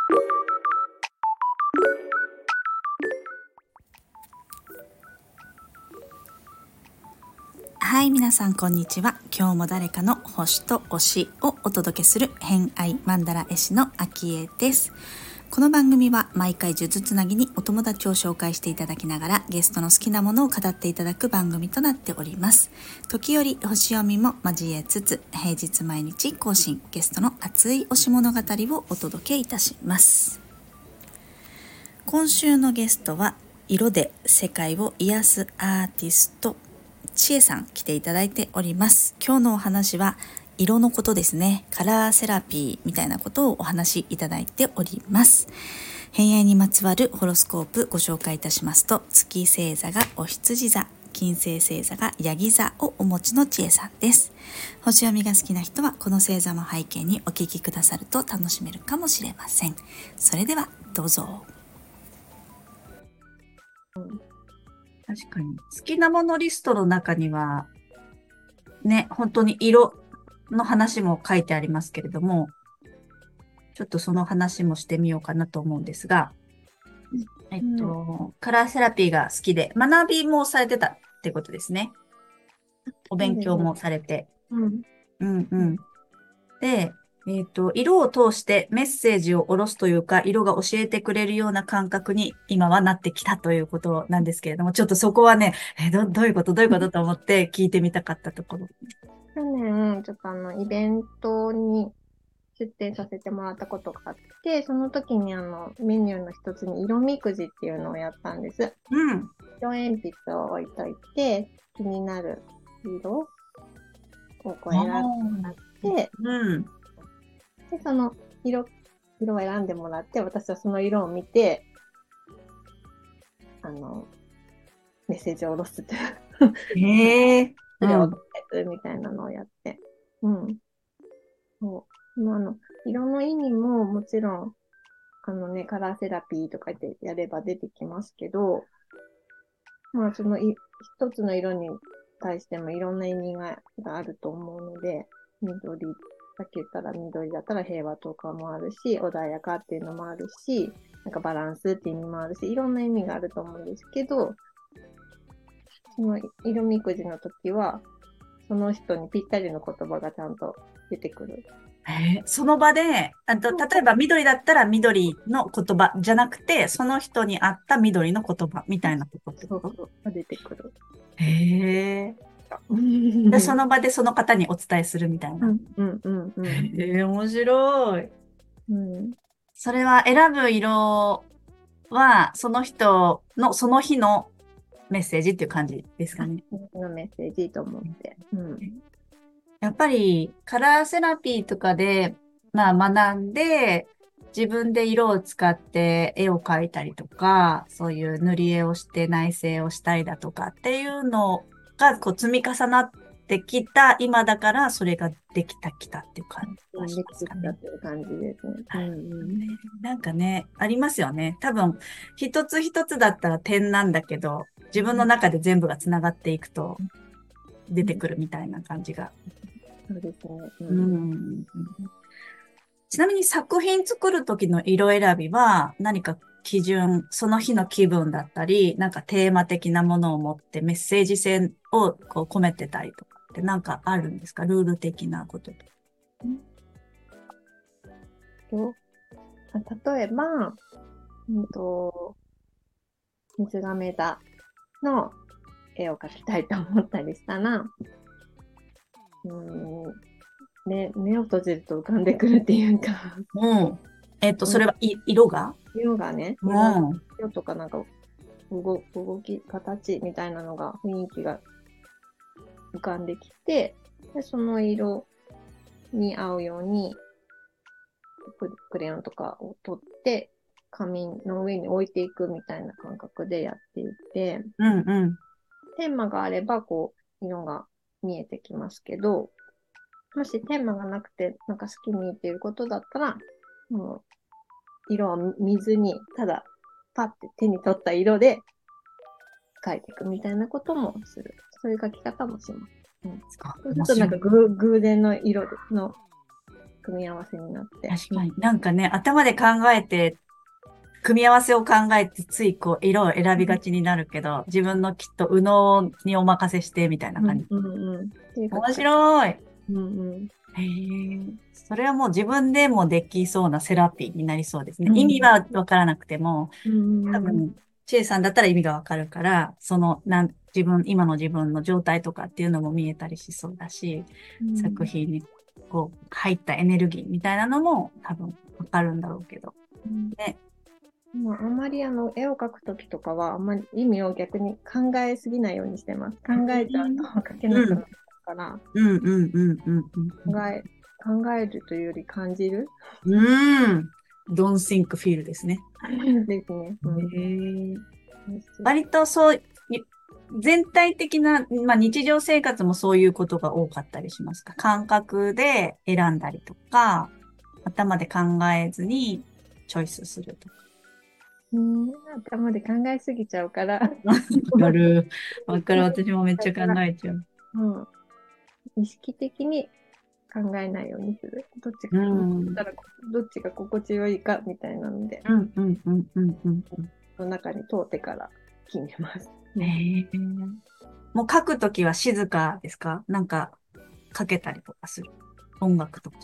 はい、皆さんこんにちは。今日も誰かの星と推しをお届けする偏愛マンダラ絵師のあきえです。この番組は毎回数珠つなぎにお友達を紹介していただきながらゲストの好きなものを語っていただく番組となっております。時折星読みも交えつつ平日毎日更新、ゲストの熱い推し物語をお届けいたします。今週のゲストは色で世界を癒すアーティストちえさん来ていただいております。今日のお話は色のことですね。カラーセラピーみたいなことをお話しいただいております。偏愛にまつわるホロスコープご紹介いたしますと、月星座がお羊座、金星星座がヤギ座をお持ちのちえさんです。星読みが好きな人はこの星座も背景にお聞きくださると楽しめるかもしれません。それではどうぞ。確かに好きなものリストの中にはね、本当に色の話も書いてありますけれども、ちょっとその話もしてみようかなと思うんですが、カラーセラピーが好きで学びもされてたってことですね。お勉強もされて。で、色を通してメッセージを下ろすというか、色が教えてくれるような感覚に今はなってきたということなんですけれども、ちょっとそこはね、どういうことと思って聞いてみたかったところ。 去年、ちょっとイベントに出展させてもらったことがあって、その時にメニューの一つに色みくじっていうのをやったんです。色鉛筆を置いといて、気になる色をこう選んでもらって、で、その色を選んでもらって、私はその色を見て、メッセージを下ろすという。それをお伝えするみたいなのをやって。そう。色の意味ももちろん、カラーセラピーとか言ってやれば出てきますけど、その一つの色に対してもいろんな意味があると思うので、さっき言ったら緑だったら平和とかもあるし、穏やかっていうのもあるし、なんかバランスっていう意味もあるし、いろんな意味があると思うんですけど、その色みくじの時は、その人にぴったりの言葉がちゃんと出てくる。 その場で、例えば緑だったら緑の言葉じゃなくて、その人に合った緑の言葉みたいなことってこと？ そう出てくる。 で、その場でその方にお伝えするみたいな。面白い。それは選ぶ色は、その人のその日のメッセージっていう感じですかね。 その日のメッセージと思って。 やっぱりカラーセラピーとかで、学んで、自分で色を使って絵を描いたりとか、そういう塗り絵をして内製をしたりだとかっていうのがこう積み重なってきた今だからそれができたっていう感じがしますかね。 できたっていう感じですね。 なんかね、ありますよね。多分、一つ一つだったら点なんだけど、自分の中で全部がつながっていくと出てくるみたいな感じが。 そうですね。 ちなみに作品作る時の色選びは何か基準、その日の気分だったり、なんかテーマ的なものを持ってメッセージ性をこう込めてたりとかってなんかあるんですか？ルール的なことと。 例えば、水亀座の絵を描きたいと思ったりしたら、目を閉じると浮かんでくるっていうかそれは色がね、色とかなんか動き、形みたいなのが、雰囲気が浮かんできて、でその色に合うように、クレヨンとかを取って、紙の上に置いていくみたいな感覚でやっていて、テーマがあれば、色が見えてきますけど、もしテーマがなくて、なんか好きに入っていることだったら、もう色は見ずに、ただ、パッて手に取った色で描いていくみたいなこともする。そういう描き方もします。そうするとなんか偶然の色の組み合わせになって。 確かに。なんかね、頭で考えて、組み合わせを考えて、ついこう、色を選びがちになるけど、自分のきっと右脳にお任せして、みたいな感じ。面白い。へえ。それはもう自分でもできそうなセラピーになりそうですね。意味はわからなくても、多分、チエさんだったら意味がわかるから、今の自分の状態とかっていうのも見えたりしそうだし、作品にこう入ったエネルギーみたいなのも多分わかるんだろうけど。ね。 あんまり絵を描くときとかは、あんまり意味を逆に考えすぎないようにしてます。考えちゃうと描けなくなるから。考えるというより感じる。 Don't think feel ですね。 ですね。 割とそう、全体的な、日常生活もそういうことが多かったりしますか？感覚で選んだりとか、頭で考えずにチョイスするとか。 頭で考えすぎちゃうから。わかる。私もめっちゃ考えちゃう。 意識的に考えないようにする。どっちが心地よいかみたいなので、その中に通ってから決めます。 もう書くときは静かですか？なんか書けたりとかする。音楽とか。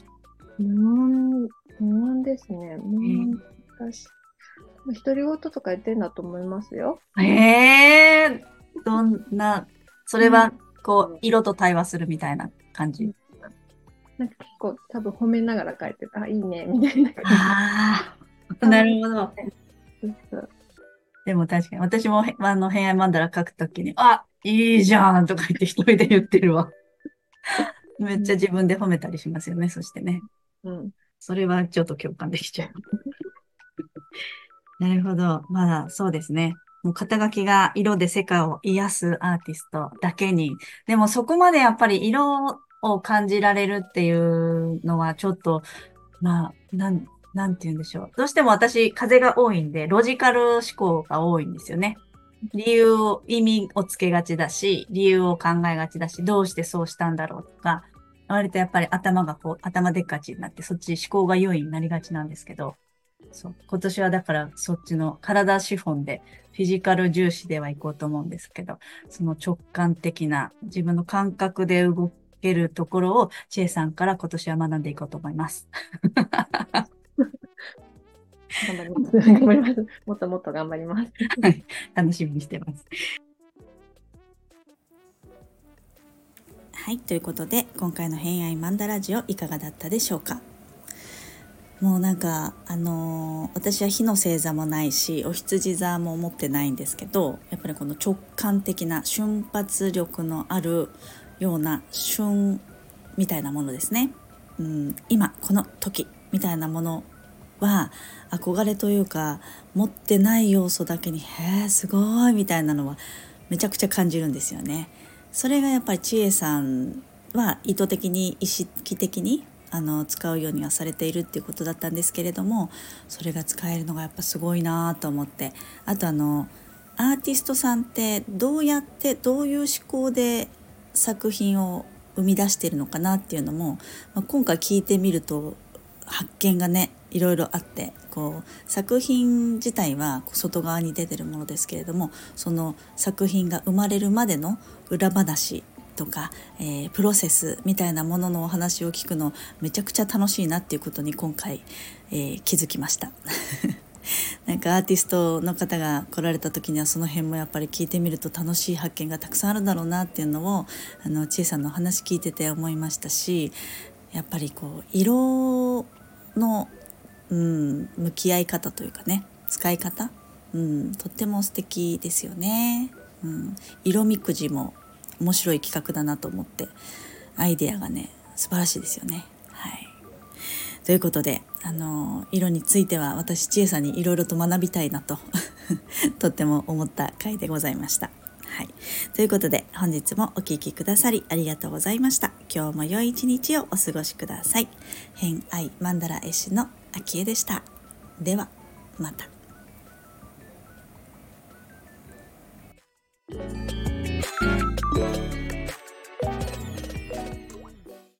無音ですね。私、独り言とか言ってんだと思いますよ。 どんな、それはこう、色と対話するみたいな感じ。 なんか結構多分褒めながら書いてた。いいね、みたいな感じ。なるほど。でも確かに、私も偏愛マンダラ書くときに、いいじゃんとか言って一人で言ってるわ。めっちゃ自分で褒めたりしますよね、そしてね。それはちょっと共感できちゃう。なるほど。まだそうですね。もう肩書きが色で世界を癒すアーティストだけに。でもそこまでやっぱり色を感じられるっていうのはちょっと、なんて言うんでしょう。どうしても私、風が多いんで、ロジカル思考が多いんですよね。意味をつけがちだし、理由を考えがちだし、どうしてそうしたんだろうとか、割とやっぱり頭でっかちになって、そっち思考が優位になりがちなんですけど、そう。今年はだからそっちの体資本でフィジカル重視ではいこうと思うんですけど、その直感的な自分の感覚で動けるところを千恵さんから今年は学んでいこうと思います。 頑張ります。頑張ります。もっともっと頑張ります。 はい。楽しみにしてます。はい。ということで、今回の偏愛マンダラジオいかがだったでしょうか？もうなんか私は火の星座もないしお羊座も持ってないんですけど、やっぱりこの直感的な瞬発力のあるような瞬みたいなものですね。今この時みたいなものは憧れというか、持ってない要素だけにすごいみたいなのはめちゃくちゃ感じるんですよね。それがやっぱり千恵さんは意図的に意識的に使うようにはされているっていうことだったんですけれども、それが使えるのがやっぱすごいなと思って、あとアーティストさんってどうやってどういう思考で作品を生み出しているのかなっていうのも、今回聞いてみると発見がねいろいろあって、こう作品自体は外側に出てるものですけれども、その作品が生まれるまでの裏話とか、プロセスみたいなもののお話を聞くのめちゃくちゃ楽しいなっていうことに今回、気づきましたなんかアーティストの方が来られた時にはその辺もやっぱり聞いてみると楽しい発見がたくさんあるんだろうなっていうのを千恵さんのお話聞いてて思いましたし、やっぱりこう色の、向き合い方というかね、使い方、とっても素敵ですよね。色みくじも面白い企画だなと思って、アイデアがね素晴らしいですよね。はい。ということで色については私千恵さんにいろいろと学びたいなととっても思った回でございました。はい。ということで本日もお聞きくださりありがとうございました。今日も良い一日をお過ごしください。偏愛マンダラ絵師のあきえでした。ではまた。